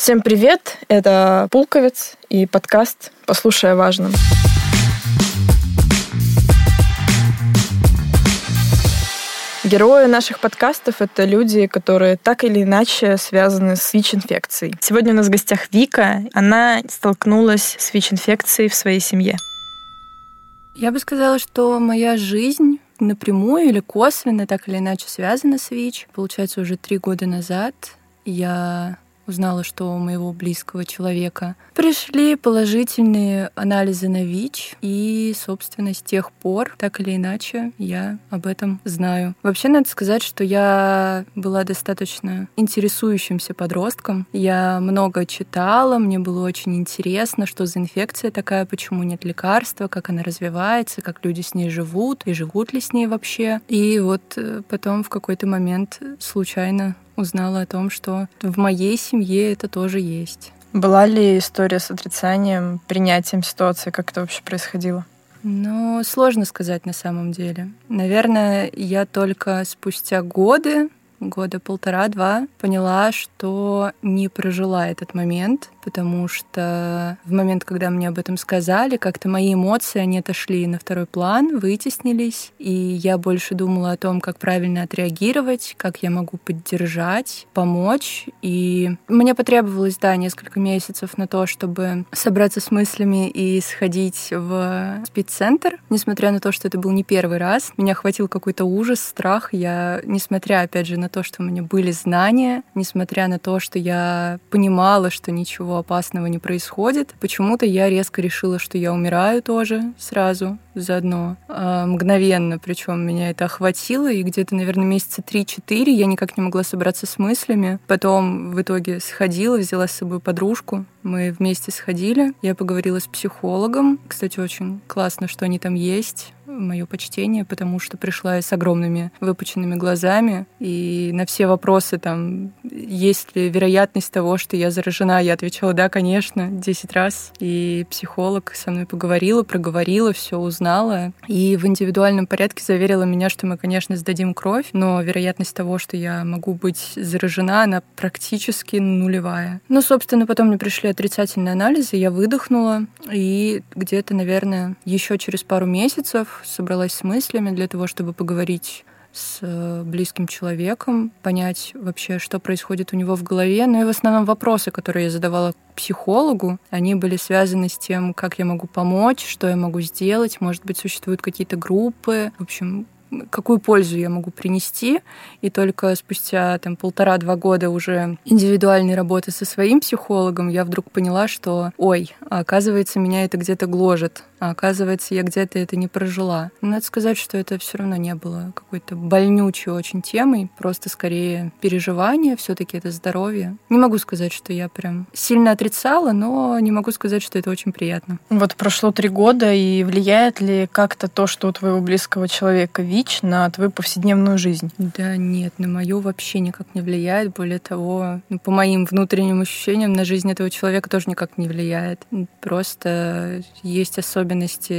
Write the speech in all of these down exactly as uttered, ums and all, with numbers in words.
Всем привет! Это Пулковец и подкаст «Послушай о важном». Герои наших подкастов — это люди, которые так или иначе связаны с ВИЧ-инфекцией. Сегодня у нас в гостях Вика. Она столкнулась с ВИЧ-инфекцией в своей семье. Я бы сказала, что моя жизнь напрямую или косвенно, так или иначе, связана с ВИЧ. Получается, уже три года назад я узнала, что у моего близкого человека пришли положительные анализы на ВИЧ, и, собственно, с тех пор, так или иначе, я об этом знаю. Вообще, надо сказать, что я была достаточно интересующимся подростком. Я много читала, мне было очень интересно, что за инфекция такая, почему нет лекарства, как она развивается, как люди с ней живут, и живут ли с ней вообще. И вот потом в какой-то момент случайно узнала о том, что в моей семье это тоже есть. Была ли история с отрицанием, принятием ситуации? Как это вообще происходило? Ну, сложно сказать на самом деле. Наверное, я только спустя годы, года полтора-два, поняла, что не прожила этот момент, потому что в момент, когда мне об этом сказали, как-то мои эмоции, они отошли на второй план, вытеснились, и я больше думала о том, как правильно отреагировать, как я могу поддержать, помочь. И мне потребовалось, да, несколько месяцев на то, чтобы собраться с мыслями и сходить в спеццентр. Несмотря на то, что это был не первый раз, меня охватил какой-то ужас, страх. Я, несмотря, опять же, на то, что у меня были знания, несмотря на то, что я понимала, что ничего опасного не происходит, почему-то я резко решила, что я умираю тоже сразу, заодно, э, мгновенно, причем меня это охватило, и где-то, наверное, месяца три-четыре я никак не могла собраться с мыслями. Потом в итоге сходила, взяла с собой подружку, мы вместе сходили, я поговорила с психологом. Кстати, очень классно, что они там есть. Мое почтение, потому что пришла я с огромными выпученными глазами, и на все вопросы, там, есть ли вероятность того, что я заражена, я отвечала: да, конечно, десять раз. И психолог со мной поговорила, проговорила, все узнала, и в индивидуальном порядке заверила меня, что мы, конечно, сдадим кровь, но вероятность того, что я могу быть заражена, она практически нулевая. Ну, собственно, потом мне пришли отрицательные анализы, я выдохнула, и где-то, наверное, еще через пару месяцев собралась с мыслями для того, чтобы поговорить с близким человеком, понять вообще, что происходит у него в голове. Ну и в основном вопросы, которые я задавала психологу, они были связаны с тем, как я могу помочь, что я могу сделать, может быть, существуют какие-то группы. В общем, какую пользу я могу принести. И только спустя там, полтора-два года уже индивидуальной работы со своим психологом я вдруг поняла, что ой, а оказывается, меня это где-то гложет, а оказывается, я где-то это не прожила. Но надо сказать, что это все равно не было какой-то больнючей очень темой, просто скорее переживание, все-таки это здоровье. Не могу сказать, что я прям сильно отрицала, но не могу сказать, что это очень приятно. Вот прошло три года, и влияет ли как-то то, что у твоего близкого человека ВИЧ, на твою повседневную жизнь? Да нет, на мою вообще никак не влияет. Более того, ну, по моим внутренним ощущениям, на жизнь этого человека тоже никак не влияет. Просто есть особенности,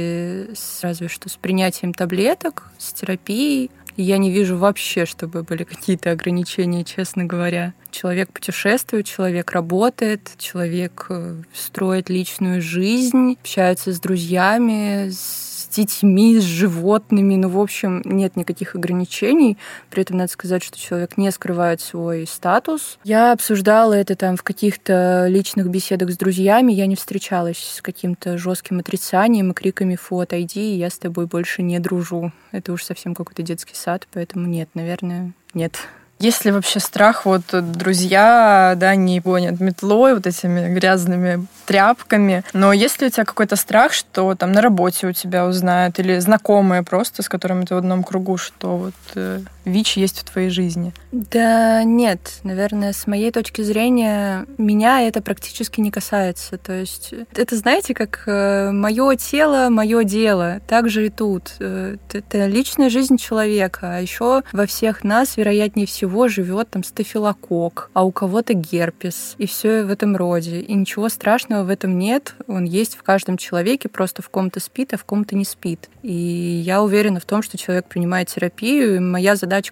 с, разве что с принятием таблеток, с терапией. И я не вижу вообще, чтобы были какие-то ограничения, честно говоря. Человек путешествует, человек работает, человек строит личную жизнь, общается с друзьями, с детьми, с животными. Ну, в общем, нет никаких ограничений. При этом надо сказать, что человек не скрывает свой статус. Я обсуждала это там в каких-то личных беседах с друзьями. Я не встречалась с каким-то жестким отрицанием и криками: «Фу, отойди, я с тобой больше не дружу». Это уж совсем какой-то детский сад, поэтому нет, наверное, нет. Есть ли вообще страх, вот друзья, да, не гонят метлой, вот этими грязными тряпками, но есть ли у тебя какой-то страх, что там на работе у тебя узнают, или знакомые просто, с которыми ты в одном кругу, что вот э, ВИЧ есть в твоей жизни? Да нет, наверное, с моей точки зрения, меня это практически не касается. То есть это, знаете, как э, мое тело, мое дело. Так же и тут. Э, это личная жизнь человека. А еще во всех нас, вероятнее всего, живет там стафилококк, а у кого-то герпес. И все в этом роде. И ничего страшного в этом нет. Он есть в каждом человеке, просто в ком-то спит, а в ком-то не спит. И я уверена в том, что человек принимает терапию, и моя задача как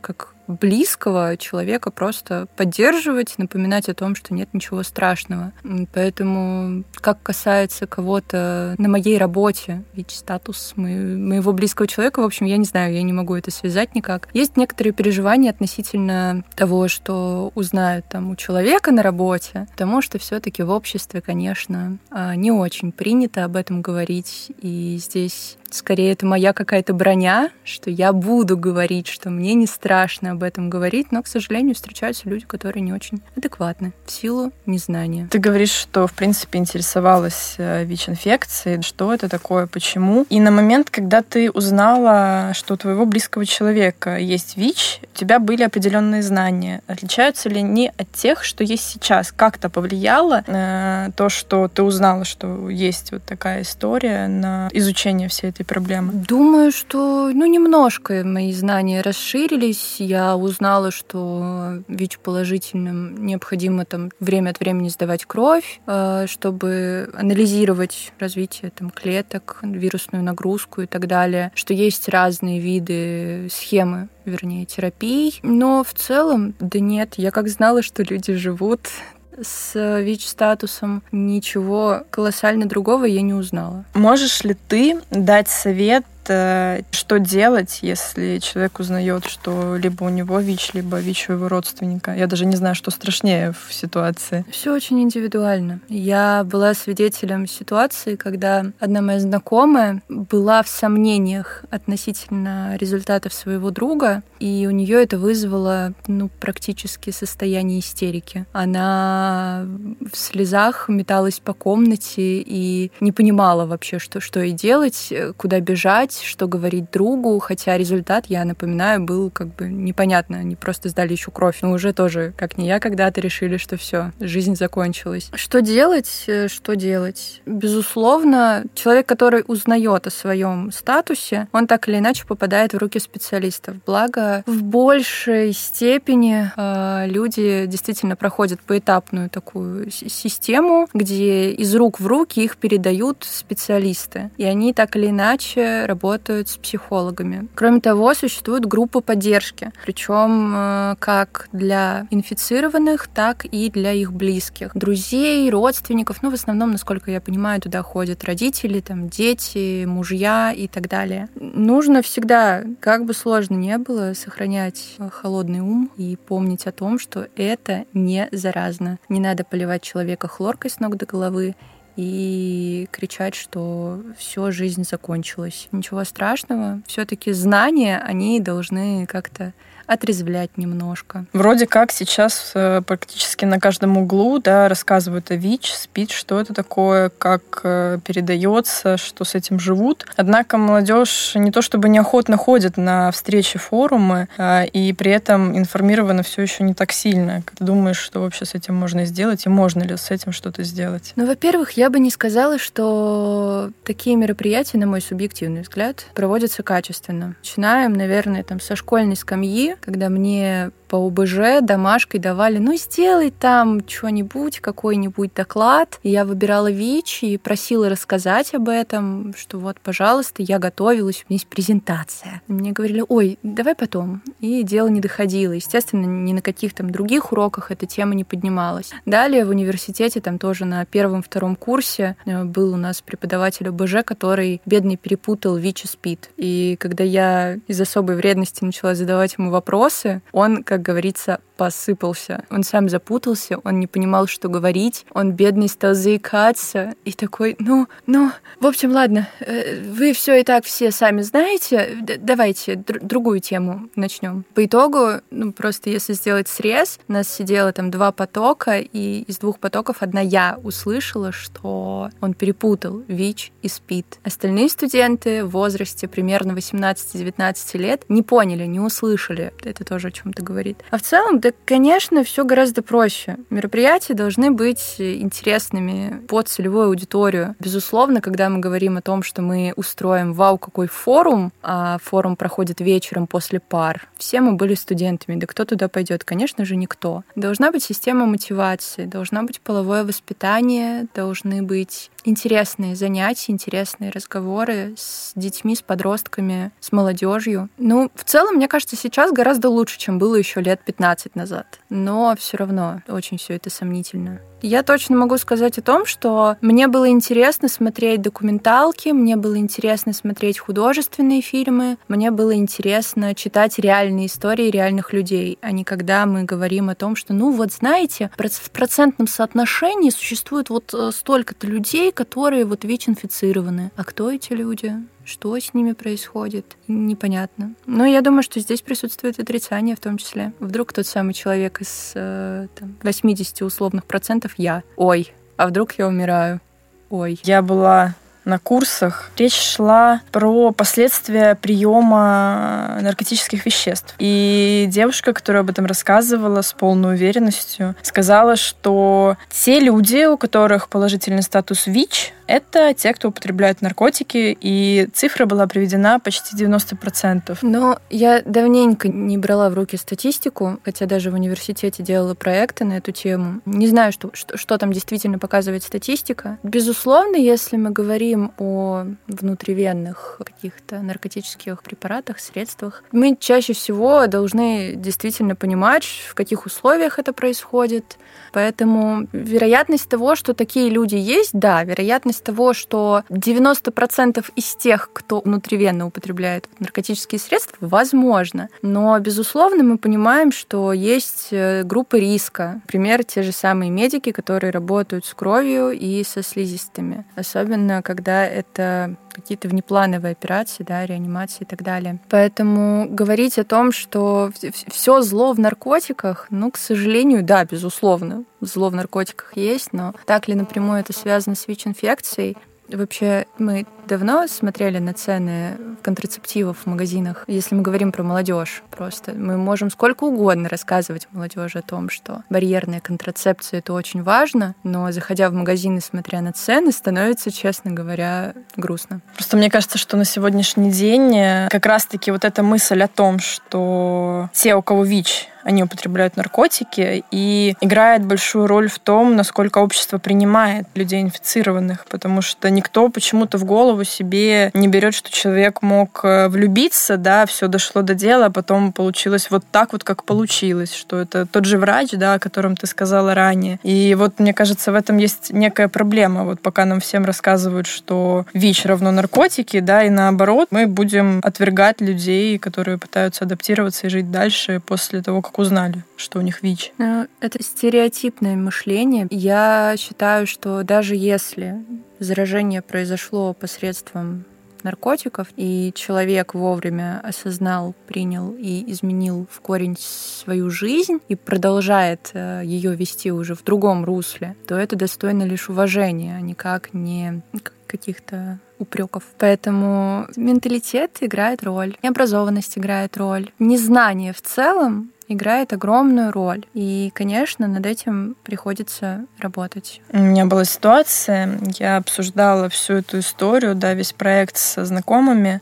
близкого человека просто поддерживать, напоминать о том, что нет ничего страшного. Поэтому, как касается кого-то на моей работе, ВИЧ-статус моего близкого человека, в общем, я не знаю, я не могу это связать никак. Есть некоторые переживания относительно того, что узнают там у человека на работе, потому что все-таки в обществе, конечно, не очень принято об этом говорить, и здесь скорее это моя какая-то броня, что я буду говорить, что мне не страшно об этом говорить, но, к сожалению, встречаются люди, которые не очень адекватны в силу незнания. Ты говоришь, что, в принципе, интересовалась ВИЧ-инфекцией. Что это такое, почему? И на момент, когда ты узнала, что у твоего близкого человека есть ВИЧ, у тебя были определенные знания. Отличаются ли они от тех, что есть сейчас? Как-то повлияло э, то, что ты узнала, что есть вот такая история, на изучение всей этой проблемы? Думаю, что ну, немножко мои знания расширились. Я узнала, что ВИЧ-положительным необходимо там, время от времени сдавать кровь, чтобы анализировать развитие там, клеток, вирусную нагрузку и так далее, что есть разные виды, схемы, вернее, терапий. Но в целом, да нет, я как знала, что люди живут с ВИЧ-статусом, ничего колоссально другого я не узнала. Можешь ли ты дать совет, что делать, если человек узнает, что либо у него ВИЧ, либо ВИЧ у его родственника? Я даже не знаю, что страшнее в ситуации. Все очень индивидуально. Я была свидетелем ситуации, когда одна моя знакомая была в сомнениях относительно результатов своего друга, и у нее это вызвало ну, практически состояние истерики. Она в слезах металась по комнате и не понимала вообще, что, что ей делать, куда бежать, что говорить другу, хотя результат, я напоминаю, был как бы непонятно. Они просто сдали еще кровь. Но уже тоже, как не я, когда-то решили, что все, жизнь закончилась. Что делать? Что делать? Безусловно, человек, который узнает о своем статусе, он так или иначе попадает в руки специалистов. Благо, в большей степени э, люди действительно проходят поэтапную такую систему, где из рук в руки их передают специалисты. И они так или иначе работают работают с психологами. Кроме того, существуют группы поддержки, причем как для инфицированных, так и для их близких. Друзей, родственников, ну, в основном, насколько я понимаю, туда ходят родители, там, дети, мужья и так далее. Нужно всегда, как бы сложно ни было, сохранять холодный ум и помнить о том, что это не заразно. Не надо поливать человека хлоркой с ног до головы и кричать, что все, жизнь закончилась. Ничего страшного. Все-таки знания, они должны как-то отрезвлять немножко. Вроде как сейчас э, практически на каждом углу, да, рассказывают о ВИЧ, СПИД, что это такое, как э, передается, что с этим живут. Однако молодежь не то чтобы неохотно ходит на встречи, форумы, э, и при этом информирована все еще не так сильно. Как ты думаешь, что вообще с этим можно сделать, и можно ли с этим что-то сделать? Ну, во-первых, я бы не сказала, что такие мероприятия, на мой субъективный взгляд, проводятся качественно. Начинаем, наверное, там, со школьной скамьи, когда мне по ОБЖ домашкой давали, ну, сделай там что-нибудь, какой-нибудь доклад. И я выбирала ВИЧ и просила рассказать об этом, что вот, пожалуйста, я готовилась, у меня есть презентация. И мне говорили, ой, давай потом. И дело не доходило. Естественно, ни на каких там других уроках эта тема не поднималась. Далее в университете, там тоже на первом-втором курсе был у нас преподаватель ОБЖ, который, бедный, перепутал ВИЧ и СПИД. И когда я из особой вредности начала задавать ему вопросы, он, как говорится, посыпался. Он сам запутался, он не понимал, что говорить, он, бедный, стал заикаться и такой, ну, ну, в общем, ладно, вы все и так все сами знаете, давайте др- другую тему начнем. По итогу, ну, просто если сделать срез, у нас сидело там два потока, и из двух потоков одна я услышала, что он перепутал ВИЧ и СПИД. Остальные студенты в возрасте примерно восемнадцать-девятнадцать лет не поняли, не услышали. Это тоже о чем-то говорит. говорит. А в целом, да, конечно, все гораздо проще. Мероприятия должны быть интересными под целевую аудиторию. Безусловно, когда мы говорим о том, что мы устроим вау, какой форум, а форум проходит вечером после пар, все мы были студентами, да кто туда пойдет? Конечно же, никто. Должна быть система мотивации, должна быть половое воспитание, должны быть интересные занятия, интересные разговоры с детьми, с подростками, с молодежью. Ну, в целом, мне кажется, сейчас гораздо лучше, чем было еще лет пятнадцать назад. Но все равно очень все это сомнительно. Я точно могу сказать о том, что мне было интересно смотреть документалки, мне было интересно смотреть художественные фильмы, мне было интересно читать реальные истории реальных людей, а не когда мы говорим о том, что, ну вот знаете, в процентном соотношении существует вот столько-то людей, которые вот ВИЧ-инфицированы. А кто эти люди? Что с ними происходит? Непонятно. Но я думаю, что здесь присутствует отрицание в том числе. Вдруг тот самый человек из э, там, восемьдесят условных процентов я. Ой, а вдруг я умираю? Ой. Я была на курсах. Речь шла про последствия приема наркотических веществ. И девушка, которая об этом рассказывала с полной уверенностью, сказала, что те люди, у которых положительный статус ВИЧ, это те, кто употребляет наркотики, и цифра была приведена почти девяносто процентов. Но я давненько не брала в руки статистику, хотя даже в университете делала проекты на эту тему. Не знаю, что, что, что там действительно показывает статистика. Безусловно, если мы говорим о внутривенных каких-то наркотических препаратах, средствах, мы чаще всего должны действительно понимать, в каких условиях это происходит. Поэтому вероятность того, что такие люди есть, да, вероятность того, что девяносто процентов из тех, кто внутривенно употребляет наркотические средства, возможно. Но, безусловно, мы понимаем, что есть группы риска. Например, те же самые медики, которые работают с кровью и со слизистыми. Особенно, когда это какие-то внеплановые операции, да, реанимации и так далее. Поэтому говорить о том, что все зло в наркотиках, ну, к сожалению, да, безусловно, зло в наркотиках есть, но так ли напрямую это связано с ВИЧ-инфекцией? Вообще, мы давно смотрели на цены контрацептивов в магазинах. Если мы говорим про молодежь, просто мы можем сколько угодно рассказывать молодежи о том, что барьерная контрацепция — это очень важно, но, заходя в магазин и смотря на цены, становится, честно говоря, грустно. Просто мне кажется, что на сегодняшний день как раз-таки вот эта мысль о том, что те, у кого ВИЧ, они употребляют наркотики, и играет большую роль в том, насколько общество принимает людей инфицированных, потому что никто почему-то в голову себе не берет, что человек мог влюбиться, да, все дошло до дела, а потом получилось вот так вот, как получилось, что это тот же врач, да, о котором ты сказала ранее. И вот, мне кажется, в этом есть некая проблема. Вот пока нам всем рассказывают, что ВИЧ равно наркотики, да, и наоборот, мы будем отвергать людей, которые пытаются адаптироваться и жить дальше после того, как узнали, что у них ВИЧ. Это стереотипное мышление. Я считаю, что даже если заражение произошло посредством наркотиков, и человек вовремя осознал, принял и изменил в корень свою жизнь и продолжает ее вести уже в другом русле, то это достойно лишь уважения, а никак не каких-то упреков. Поэтому менталитет играет роль, необразованность играет роль, незнание в целом играет огромную роль. И, конечно, над этим приходится работать. У меня была ситуация, я обсуждала всю эту историю, да, весь проект со знакомыми,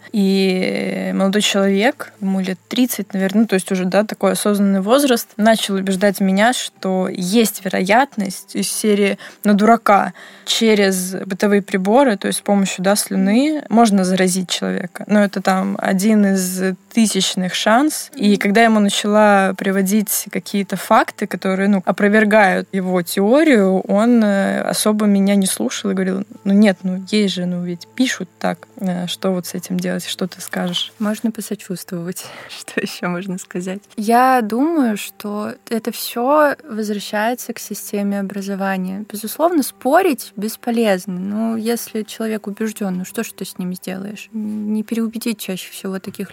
и молодой человек, ему лет тридцать, наверное, ну, то есть уже, да, такой осознанный возраст, начал убеждать меня, что есть вероятность из серии «на дурака» через бытовые приборы, то есть с помощью, да, слюны, можно заразить человека. Но это там один из тысячных шанс. И когда я ему начала приводить какие-то факты, которые, ну, опровергают его теорию, он особо меня не слушал и говорил: ну нет, ну есть же, ну ведь пишут так, что вот с этим делать, что ты скажешь? Можно посочувствовать, что еще можно сказать. Я думаю, что это все возвращается к системе образования. Безусловно, спорить бесполезно. Ну, если человек убежден, ну что ж ты с ним сделаешь? Не переубедить чаще всего таких людей.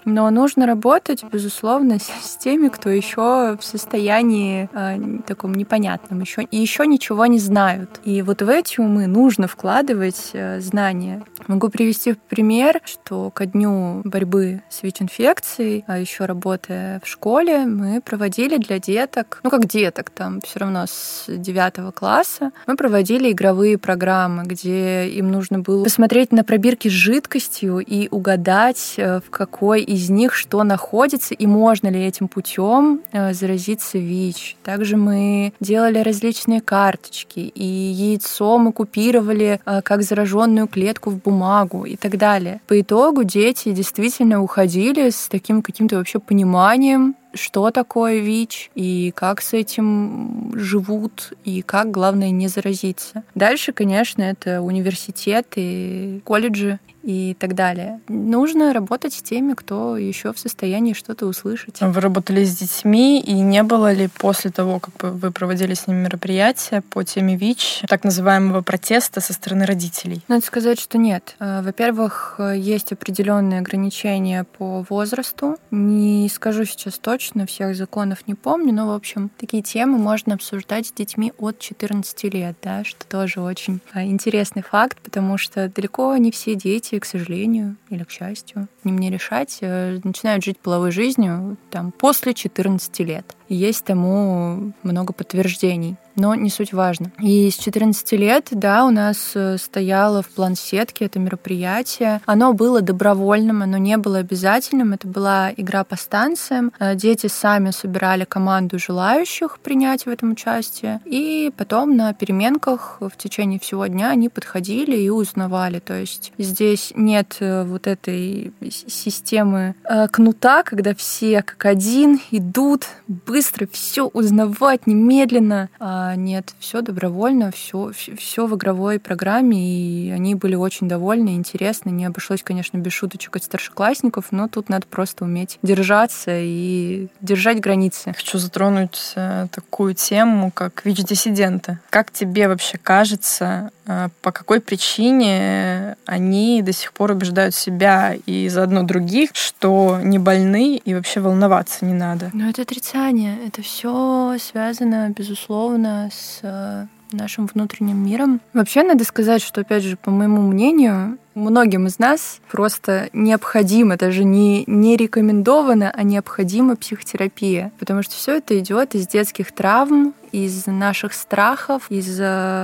Но нужно работать, безусловно, с, с теми, кто еще в состоянии э, таком непонятном, еще, и еще ничего не знают. И вот в эти умы нужно вкладывать э, знания. Могу привести пример, что ко дню борьбы с ВИЧ-инфекцией, а еще работая в школе, мы проводили для деток, ну как деток, там все равно с девятого класса, мы проводили игровые программы, где им нужно было посмотреть на пробирки с жидкостью и угадать, в какой из них что находится и можно ли этим путем заразиться ВИЧ. Также мы делали различные карточки, и яйцо мы купировали как зараженную клетку в бумагу и так далее. По итогу дети действительно уходили с таким каким-то вообще пониманием, что такое ВИЧ и как с этим живут, и как, главное, не заразиться. Дальше, конечно, это университеты, колледжи и так далее. Нужно работать с теми, кто еще в состоянии что-то услышать. Вы работали с детьми, и не было ли после того, как вы проводили с ними мероприятия по теме ВИЧ, так называемого протеста со стороны родителей? Надо сказать, что нет. Во-первых, есть определенные ограничения по возрасту. Не скажу сейчас точно, Точно всех законов не помню, но, в общем, такие темы можно обсуждать с детьми от четырнадцати лет, да, что тоже очень интересный факт, потому что далеко не все дети, к сожалению, или к счастью, не мне решать, начинают жить половой жизнью там, после четырнадцати лет. И есть тому много подтверждений. Но не суть важно. И с четырнадцати лет, да, у нас стояло в плансетке это мероприятие. Оно было добровольным, оно не было обязательным. Это была игра по станциям. Дети сами собирали команду желающих принять в этом участие. И потом на переменках в течение всего дня они подходили и узнавали. То есть здесь нет вот этой системы кнута, когда все как один идут быстро все узнавать немедленно. Нет, все добровольно, все, все в игровой программе, и они были очень довольны, интересны. Не обошлось, конечно, без шуточек от старшеклассников, но тут надо просто уметь держаться и держать границы. Хочу затронуть такую тему, как ВИЧ-диссиденты. Как тебе вообще кажется, по какой причине они до сих пор убеждают себя и заодно других, что не больны и вообще волноваться не надо? Ну, это отрицание. Это все связано, безусловно, с нашим внутренним миром. Вообще, надо сказать, что, опять же, по моему мнению, многим из нас просто необходимо, даже не, не рекомендовано, а необходима психотерапия. Потому что все это идет из детских травм, из наших страхов, из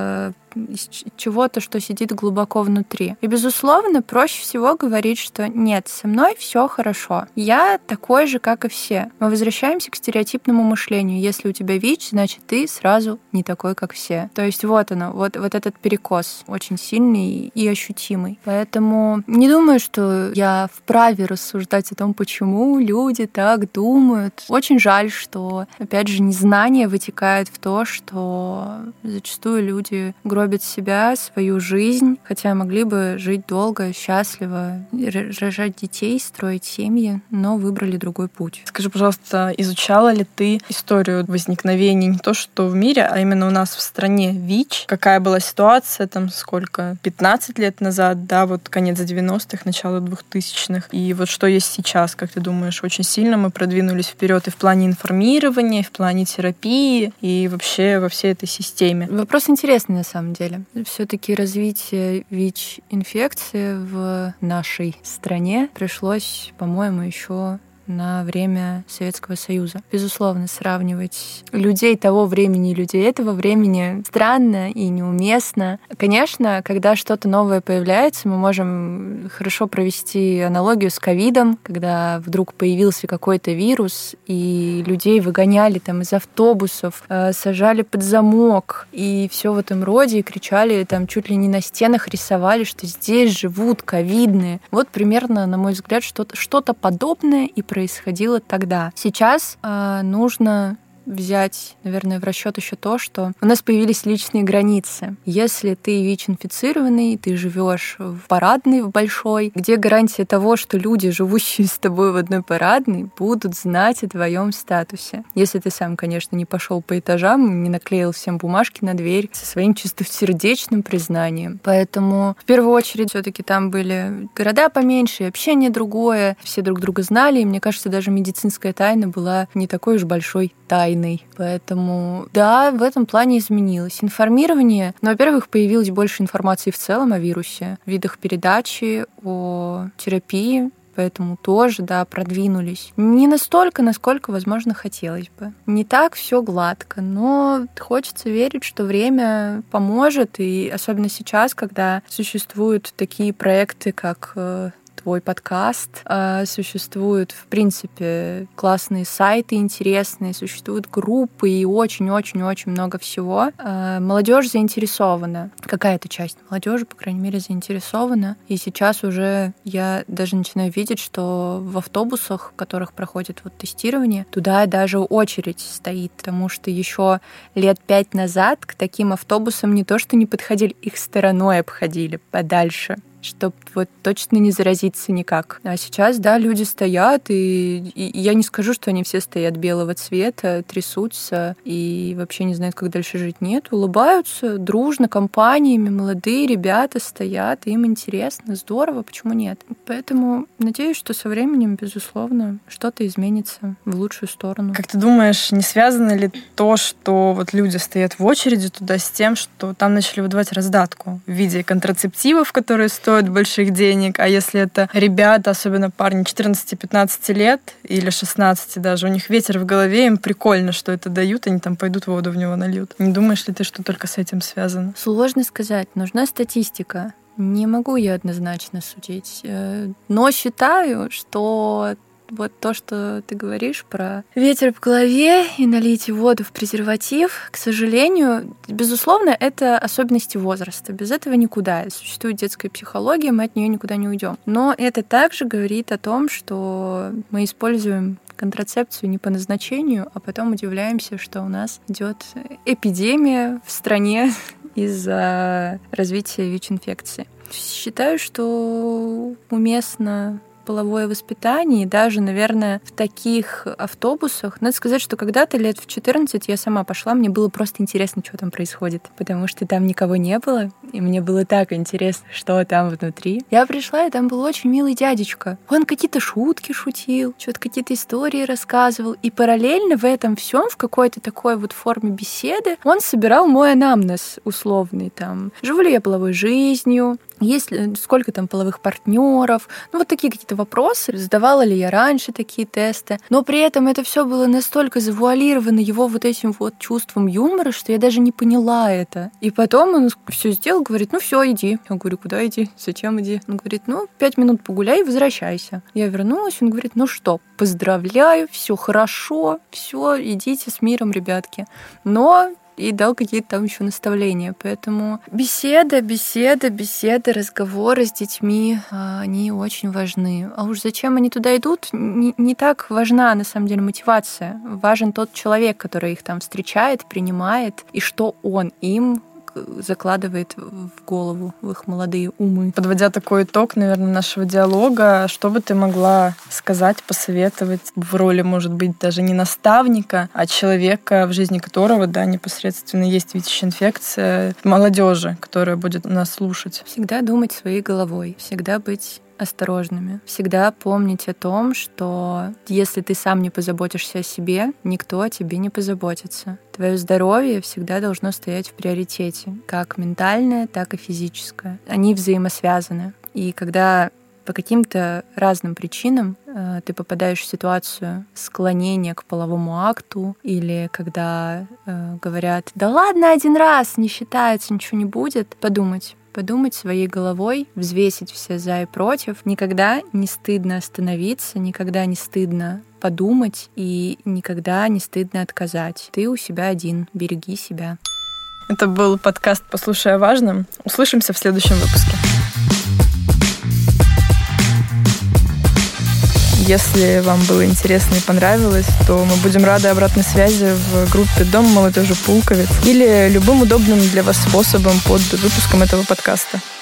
из чего-то, что сидит глубоко внутри. И, безусловно, проще всего говорить, что нет, со мной все хорошо. Я такой же, как и все. Мы возвращаемся к стереотипному мышлению. Если у тебя ВИЧ, значит, ты сразу не такой, как все. То есть вот оно, вот, вот этот перекос очень сильный и ощутимый. Поэтому не думаю, что я вправе рассуждать о том, почему люди так думают. Очень жаль, что, опять же, незнание вытекает в то, что зачастую люди гробят себя, свою жизнь, хотя могли бы жить долго, счастливо, рожать детей, строить семьи, но выбрали другой путь. Скажи, пожалуйста, изучала ли ты историю возникновения не то что в мире, а именно у нас в стране ВИЧ? Какая была ситуация, там сколько, пятнадцать лет назад, да, вот конец девяностых, начало двухтысячных, и вот что есть сейчас, как ты думаешь? Очень сильно мы продвинулись вперед и в плане информирования, и в плане терапии, и вообще во всей этой системе. Вопрос интересный на самом деле. Все-таки развитие ВИЧ-инфекции в нашей стране пришлось, по-моему, еще на время Советского Союза. Безусловно, сравнивать людей того времени и людей этого времени странно и неуместно. Конечно, когда что-то новое появляется, мы можем хорошо провести аналогию с ковидом, когда вдруг появился какой-то вирус, и людей выгоняли там из автобусов, сажали под замок, и все в этом роде, и кричали там чуть ли не на стенах, рисовали, что здесь живут ковидные. Вот примерно, на мой взгляд, что-то, что-то подобное и происходило тогда. Сейчас э, нужно взять, наверное, в расчет еще то, что у нас появились личные границы. Если ты ВИЧ-инфицированный, ты живешь в парадной, в большой, где гарантия того, что люди, живущие с тобой в одной парадной, будут знать о твоем статусе. Если ты сам, конечно, не пошел по этажам, не наклеил всем бумажки на дверь со своим чистосердечным признанием. Поэтому в первую очередь все-таки там были города поменьше, общение другое, все друг друга знали, и мне кажется, даже медицинская тайна была не такой уж большой тайной. Поэтому да, в этом плане изменилось. Информирование, ну, во-первых, появилось больше информации в целом о вирусе, видах передачи, о терапии, поэтому тоже, да, продвинулись. Не настолько, насколько, возможно, хотелось бы. Не так все гладко, но хочется верить, что время поможет, и особенно сейчас, когда существуют такие проекты, как твой подкаст, существуют, в принципе, классные сайты интересные, существуют группы и очень-очень-очень много всего. Молодежь заинтересована. Какая-то часть молодежи, по крайней мере, заинтересована. И сейчас уже я даже начинаю видеть, что в автобусах, в которых проходит вот тестирование, туда даже очередь стоит, потому что еще лет пять назад к таким автобусам не то что не подходили, их стороной обходили подальше, чтобы вот точно не заразиться никак. А сейчас, да, люди стоят, и, и я не скажу, что они все стоят белого цвета, трясутся и вообще не знают, как дальше жить. Нет, улыбаются дружно, компаниями, молодые ребята стоят, им интересно, здорово, почему нет? Поэтому надеюсь, что со временем, безусловно, что-то изменится в лучшую сторону. Как ты думаешь, не связано ли то, что вот люди стоят в очереди туда, с тем, что там начали выдавать раздатку в виде контрацептивов, которые стоят больших денег, а если это ребята, особенно парни четырнадцати-пятнадцати лет или шестнадцати даже, у них ветер в голове, им прикольно, что это дают, они там пойдут воду в него нальют. Не думаешь ли ты, что только с этим связано? Сложно сказать, нужна статистика. Не могу я однозначно судить, но считаю, что вот то, что ты говоришь про ветер в голове и налить воду в презерватив, к сожалению, безусловно, это особенности возраста. Без этого никуда. Существует детская психология, мы от нее никуда не уйдем. Но это также говорит о том, что мы используем контрацепцию не по назначению, а потом удивляемся, что у нас идет эпидемия в стране из-за развития ВИЧ-инфекции. Считаю, что уместно половое воспитание, и даже, наверное, в таких автобусах. Надо сказать, что когда-то лет в четырнадцать я сама пошла, мне было просто интересно, что там происходит, потому что там никого не было, и мне было так интересно, что там внутри. Я пришла, и там был очень милый дядечка. Он какие-то шутки шутил, что-то какие-то истории рассказывал, и параллельно в этом всем, в какой-то такой вот форме беседы, он собирал мой анамнез условный, там, живу ли я половой жизнью, есть ли, сколько там половых партнеров, ну вот такие какие-то вопросы, задавала ли я раньше такие тесты, но при этом это все было настолько завуалировано его вот этим вот чувством юмора, что я даже не поняла это. И потом он все сделал, говорит, ну все, иди. Я говорю, куда иди? Зачем иди? Он говорит, ну пять минут погуляй и возвращайся. Я вернулась, он говорит, ну что, поздравляю, все хорошо, все, идите с миром, ребятки. Но и дал какие-то там еще наставления. Поэтому беседа, беседа, беседа, разговоры с детьми, они очень важны. А уж зачем они туда идут, не, не так важна, на самом деле, мотивация. Важен тот человек, который их там встречает, принимает, и что он им закладывает в голову, в их молодые умы. Подводя такой итог, наверное, нашего диалога, что бы ты могла сказать, посоветовать в роли, может быть, даже не наставника, а человека, в жизни которого, да, непосредственно есть ВИЧ-инфекция, молодежи, которая будет нас слушать? Всегда думать своей головой, всегда быть осторожными. Всегда помнить о том, что если ты сам не позаботишься о себе, никто о тебе не позаботится. Твое здоровье всегда должно стоять в приоритете, как ментальное, так и физическое. Они взаимосвязаны. И когда по каким-то разным причинам э, ты попадаешь в ситуацию склонения к половому акту, или когда э, говорят, да ладно, один раз, не считается, ничего не будет, подумать. Подумать своей головой, взвесить все за и против. Никогда не стыдно остановиться, никогда не стыдно подумать и никогда не стыдно отказать. Ты у себя один, береги себя. Это был подкаст «Послушай о важном». Услышимся в следующем выпуске. Если вам было интересно и понравилось, то мы будем рады обратной связи в группе «Дом молодежи Пулковец» или любым удобным для вас способом под выпуском этого подкаста.